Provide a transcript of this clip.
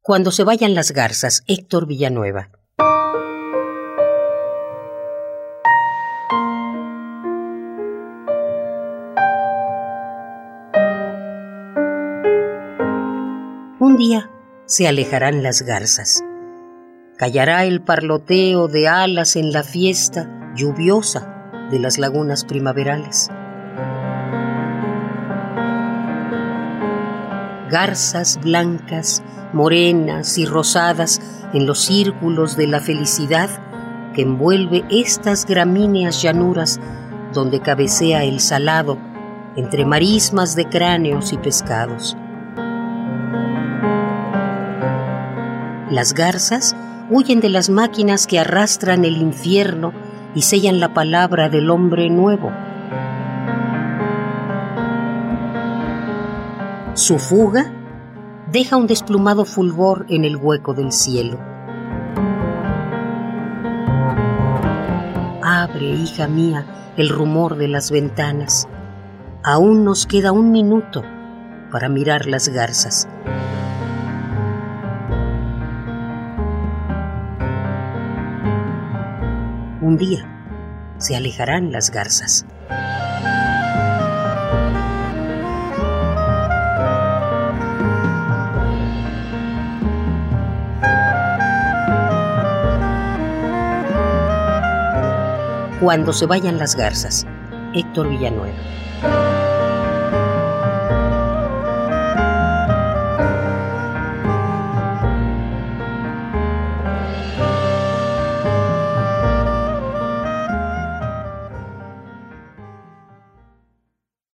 Cuando se vayan las garzas, Héctor Villanueva. Un día se alejarán las garzas. Callará el parloteo de alas en la fiesta lluviosa de las lagunas primaverales. Garzas blancas, morenas y rosadas en los círculos de la felicidad que envuelve estas gramíneas llanuras donde cabecea el salado entre marismas de cráneos y pescados. Las garzas huyen de las máquinas que arrastran el infierno y sellan la palabra del hombre nuevo. Su fuga deja un desplumado fulgor en el hueco del cielo. Abre, hija mía, el rumor de las ventanas. Aún nos queda un minuto para mirar las garzas. Un día se alejarán las garzas. Cuando se vayan las garzas, Héctor Villanueva.